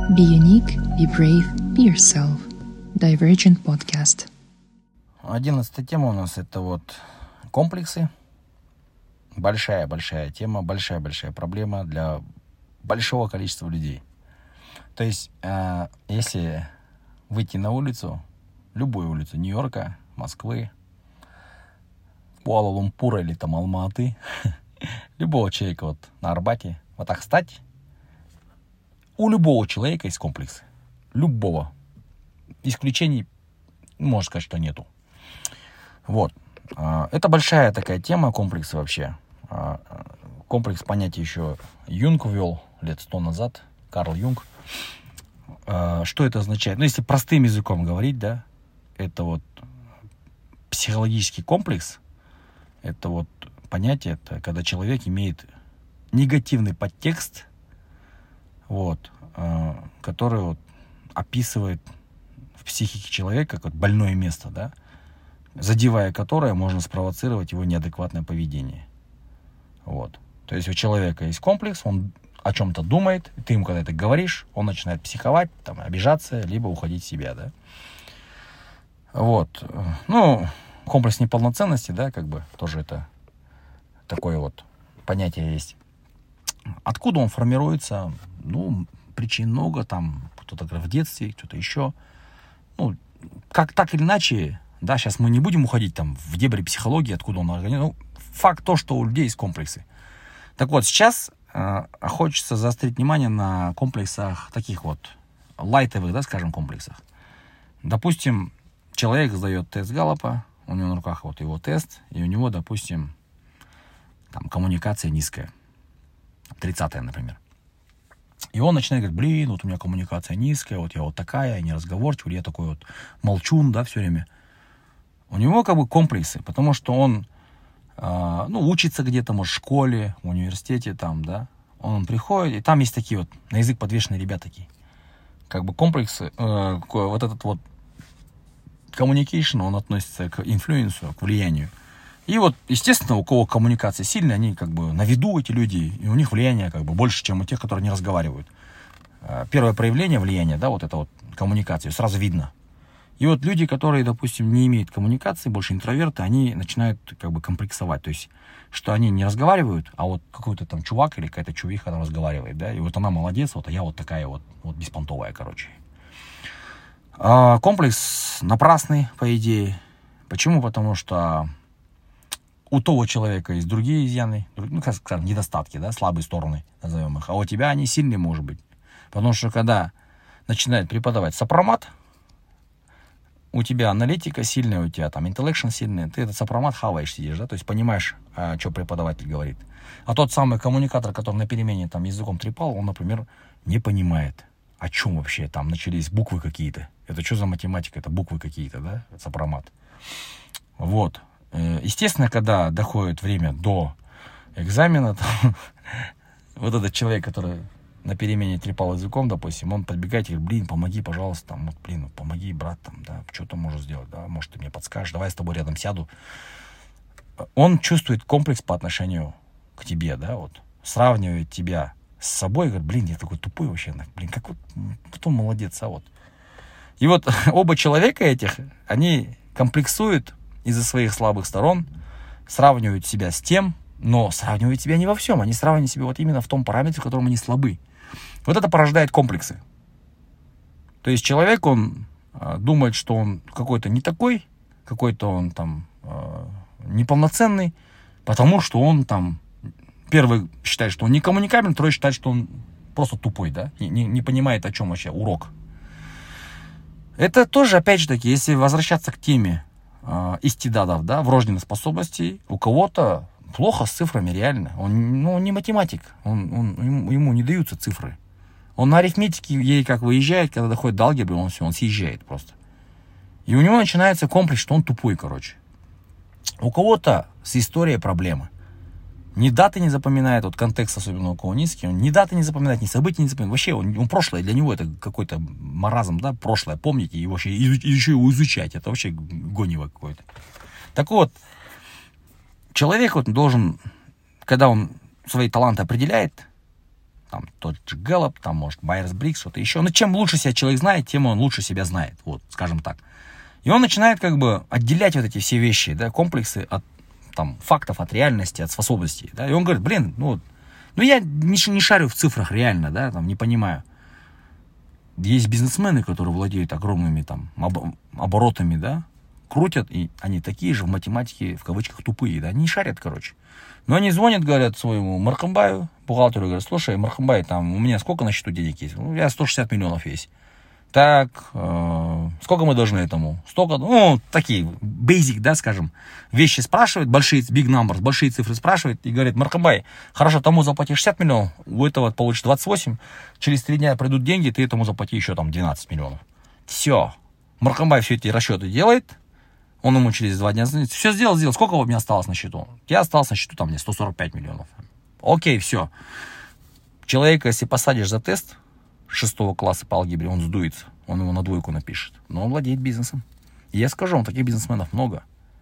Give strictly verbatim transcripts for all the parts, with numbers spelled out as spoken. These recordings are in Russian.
Be unique, be brave, be yourself. Divergent Podcast. Одиннадцатая тема у нас это вот комплексы. Большая-большая тема, большая-большая проблема для большого количества людей. То есть, э, если выйти на улицу, любую улицу Нью-Йорка, Москвы, Куала-Лумпура или там Алма-Аты, любого человека вот на Арбате, вот так встать, у любого человека есть комплексы. Любого. Исключений, можно сказать, что нету. Вот. Это большая такая тема, комплексы вообще. Комплекс понятия еще Юнг ввел лет сто назад, Карл Юнг. Что это означает? Ну, если простым языком говорить, да, это вот психологический комплекс, это вот понятие, это когда человек имеет негативный подтекст, вот, который вот описывает в психике человека как вот больное место, да, задевая которое можно спровоцировать его неадекватное поведение. Вот. То есть у человека есть комплекс, он о чем-то думает, ты ему когда это говоришь, он начинает психовать, там, обижаться, либо уходить в себя, да. Вот. Ну, комплекс неполноценности, да, как бы, тоже это такое вот понятие есть. Откуда он формируется? Ну, причин много, там, кто-то в детстве, кто-то еще. Ну, как так или иначе, да, сейчас мы не будем уходить там в дебри психологии, откуда он организован. Ну, факт то, что у людей есть комплексы. Так вот, сейчас э, хочется заострить внимание на комплексах таких вот лайтовых, да, скажем, комплексах. Допустим, человек сдает тест Галлопа, у него на руках вот его тест, и у него, допустим, там коммуникация низкая, тридцатая, например. И он начинает говорить: блин, вот у меня коммуникация низкая, вот я вот такая, я неразговорчивый, я такой вот молчун, да, все время. У него как бы комплексы, потому что он, э, ну, учится где-то, может, в школе, в университете там, да. Он приходит, и там есть такие вот, на язык подвешенные ребята такие. Как бы комплексы, э, вот этот вот communication, он относится к инфлюенсу, к влиянию. И вот, естественно, у кого коммуникация сильная, они как бы на виду, эти люди, и у них влияние как бы больше, чем у тех, которые не разговаривают. Первое проявление влияния, да, вот это вот коммуникация, сразу видно. И вот люди, которые, допустим, не имеют коммуникации, больше интроверты, они начинают как бы комплексовать. То есть, что они не разговаривают, а вот какой-то там чувак или какая-то чувиха там разговаривает, да, и вот она молодец, вот, а я вот такая вот, вот беспонтовая, короче. А комплекс напрасный, по идее. Почему? Потому что у того человека есть другие изъяны, ну, как скажем, недостатки, да, слабые стороны, назовем их, а у тебя они сильные, может быть. Потому что когда начинает преподавать сопромат, у тебя аналитика сильная, у тебя там интеллекшн сильный, ты этот сопромат хаваешь, сидишь, да, то есть понимаешь, а, что преподаватель говорит. А тот самый коммуникатор, который на перемене там языком трепал, он, например, не понимает, о чем вообще там начались буквы какие-то. Это что за математика, это буквы какие-то, да, сопромат. Вот. Естественно, когда доходит время до экзамена, то вот этот человек, который на перемене трепал языком, допустим, он подбегает и говорит: блин, помоги, пожалуйста, там, вот, блин, ну, помоги, брат, там, да, что ты можешь сделать, да, может, ты мне подскажешь, давай я с тобой рядом сяду. Он чувствует комплекс по отношению к тебе, да, вот, сравнивает тебя с собой, говорит: блин, я такой тупой вообще, блин, как вот, кто молодец, а вот. И вот оба человека этих, они комплексуют из-за своих слабых сторон, сравнивают себя с тем, но сравнивают себя не во всем, они сравнивают себя вот именно в том параметре, в котором они слабы. Вот это порождает комплексы. То есть человек, он э, думает, что он какой-то не такой, какой-то он там э, неполноценный, потому что он там, первый считает, что он некоммуникабельный, второй считает, что он просто тупой, да, не, не, не понимает, о чем вообще урок. Это тоже, опять же таки, если возвращаться к теме истидадов, да, врожденных способностей, у кого-то плохо с цифрами, реально. Он, ну, не математик, он, он, ему, ему не даются цифры. Он на арифметике ей как выезжает, когда доходит до алгебры, он все, он съезжает просто. И у него начинается комплекс, что он тупой, короче. У кого-то с историей проблемы. Ни даты не запоминает, вот контекст особенно у кого низкий, он ни даты не запоминает, ни события не запоминает. Вообще, он, он прошлое, для него это какой-то маразм, да, прошлое, помните, и вообще изуч, еще его изучать, это вообще гонево какое-то. Так вот, человек вот должен, когда он свои таланты определяет, там, тот же Гэллоп, там, может, Майерс-Бриггс, что-то еще. Но чем лучше себя человек знает, тем он лучше себя знает, вот, скажем так. И он начинает как бы отделять вот эти все вещи, да, комплексы от там, фактов, от реальности, от способностей. Да? И он говорит, блин, ну, ну я не, не шарю в цифрах реально, да, там, не понимаю. Есть бизнесмены, которые владеют огромными там об, оборотами, да, крутят, и они такие же в математике, в кавычках, тупые, да, не шарят, короче. Но они звонят, говорят своему Мархамбаю, бухгалтеру, говорят, слушай, Мархамбай, там у меня сколько на счету денег есть? У меня сто шестьдесят миллионов есть. Так, э, сколько мы должны этому? Столько, ну, такие, basic, да, скажем, вещи спрашивают, большие, big numbers, большие цифры спрашивают, и говорит, Мархамбай, хорошо, тому заплати шестьдесят миллионов, у этого получишь двадцать восемь, через три дня придут деньги, ты этому заплати еще там двенадцать миллионов. Все. Мархамбай все эти расчеты делает, он ему через два дня звонит, все сделал, сделал, сколько у меня осталось на счету? Я осталось на счету, там, мне сто сорок пять миллионов. Окей, все. Человека, если посадишь за тест шестого класса по алгебре, он сдуется, он его на двойку напишет, но он владеет бизнесом. И я скажу вам, таких бизнесменов много.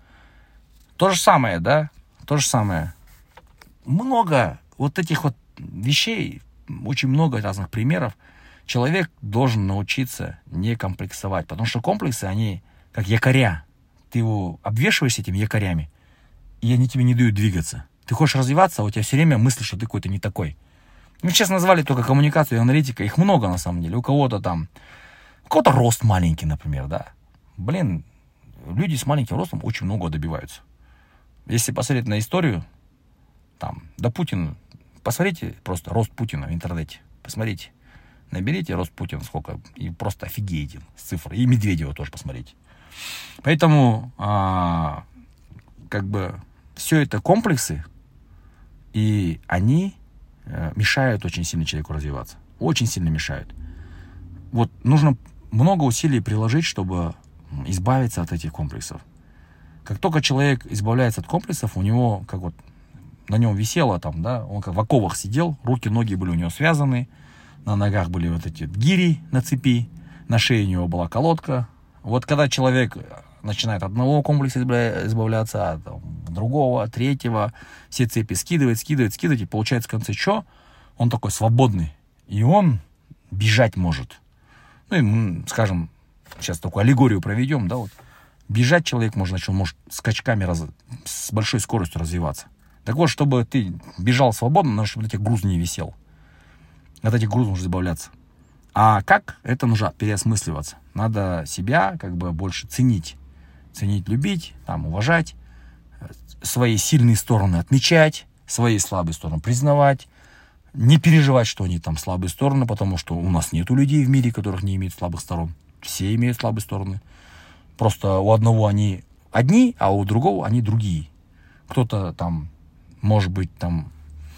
То же самое, да, то же самое. Много вот этих вот вещей, очень много разных примеров. Человек должен научиться не комплексовать, потому что комплексы, они как якоря. Ты его обвешиваешь этими якорями, и они тебе не дают двигаться. Ты хочешь развиваться, а у тебя все время мысли, что ты какой-то не такой. Мы сейчас назвали только коммуникацию и аналитика. Их много, на самом деле. У кого-то там... У кого-то рост маленький, например, да. Блин, люди с маленьким ростом очень много добиваются. Если посмотреть на историю, там, да Путин... Посмотрите просто рост Путина в интернете. Посмотрите. Наберите рост Путина сколько. И просто офигеете с цифр. И Медведева тоже посмотрите. Поэтому, а, как бы, все это комплексы. И они... мешают очень сильно человеку развиваться. Очень сильно мешают. Вот нужно много усилий приложить, чтобы избавиться от этих комплексов. Как только человек избавляется от комплексов, у него, как вот на нем висело там, да, он как в оковах сидел, руки, ноги были у него связаны, на ногах были вот эти гири на цепи, на шее у него была колодка. Вот когда человек начинает от одного комплекса избавляться, от там, другого, третьего, все цепи скидывает, скидывает, скидывает, и получается в конце что? Он такой свободный, и он бежать может. Ну, и, скажем, сейчас такую аллегорию проведем, да, вот. Бежать человек может, значит, он может скачками раз, с большой скоростью развиваться. Так вот, чтобы ты бежал свободно, надо, чтобы от этих груз не висел. От этих грузов нужно избавляться. А как? Это нужно переосмысливаться. Надо себя как бы больше ценить. Ценить, любить, там, уважать, свои сильные стороны отмечать, свои слабые стороны признавать, не переживать, что они там слабые стороны, потому что у нас нету людей в мире, которых не имеют слабых сторон. Все имеют слабые стороны. Просто у одного они одни, а у другого они другие. Кто-то там, может быть, там,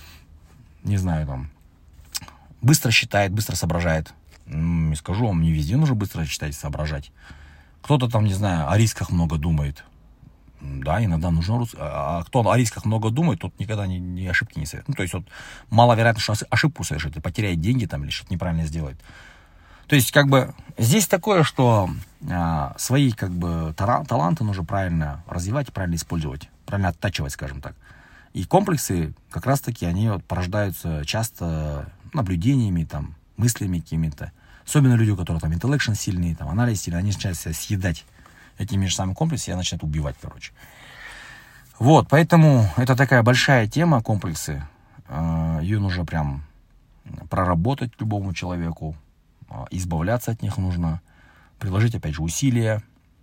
не знаю, там, быстро считает, быстро соображает. Не скажу вам, не везде нужно быстро считать и соображать. Кто-то там, не знаю, о рисках много думает. Да, иногда нужно... А кто о рисках много думает, тот никогда не, не ошибки не совершит. Ну, то есть, вот, маловероятно, что ошибку совершит, и потеряет деньги там, или что-то неправильно сделает. То есть, как бы, здесь такое, что а, свои, как бы, тара- таланты нужно правильно развивать, правильно использовать, правильно оттачивать, скажем так. И комплексы, как раз-таки, они вот порождаются часто наблюдениями, там, мыслями какими-то. Особенно люди, у которых там интеллекшн сильный, там, анализ сильный, они начинают себя съедать этими же самыми комплексами, и начинают убивать, короче. Вот, поэтому это такая большая тема, комплексы. Ее нужно прям проработать любому человеку, избавляться от них нужно, приложить, опять же, усилия.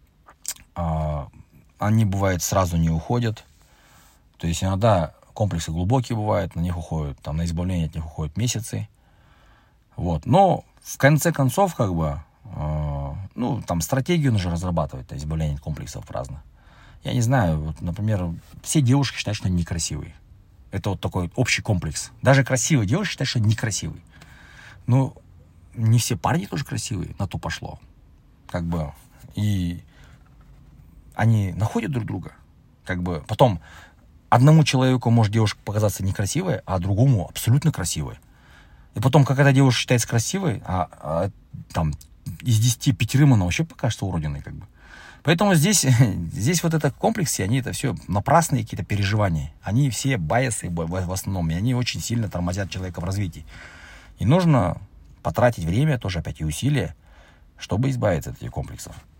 Они, бывает, сразу не уходят. То есть иногда комплексы глубокие бывают, на них уходят, там, на избавление от них уходят месяцы. Вот, но в конце концов, как бы, э, ну, там, стратегию нужно разрабатывать, то избавление от комплексов разных. Я не знаю, вот, например, все девушки считают, что они некрасивые. Это вот такой общий комплекс. Даже красивые девушки считают, что они некрасивые. Ну, не все парни тоже красивые, на то пошло. Как бы, и они находят друг друга. Как бы, потом, одному человеку может девушка показаться некрасивой, а другому абсолютно красивой. И потом, как эта девушка считается красивой, а, а там из десяти пятерым она вообще покажется уродиной, как бы. Поэтому здесь, здесь вот это комплексы, они это все напрасные какие-то переживания. Они все байесы в основном, и они очень сильно тормозят человека в развитии. И нужно потратить время, тоже опять и усилия, чтобы избавиться от этих комплексов.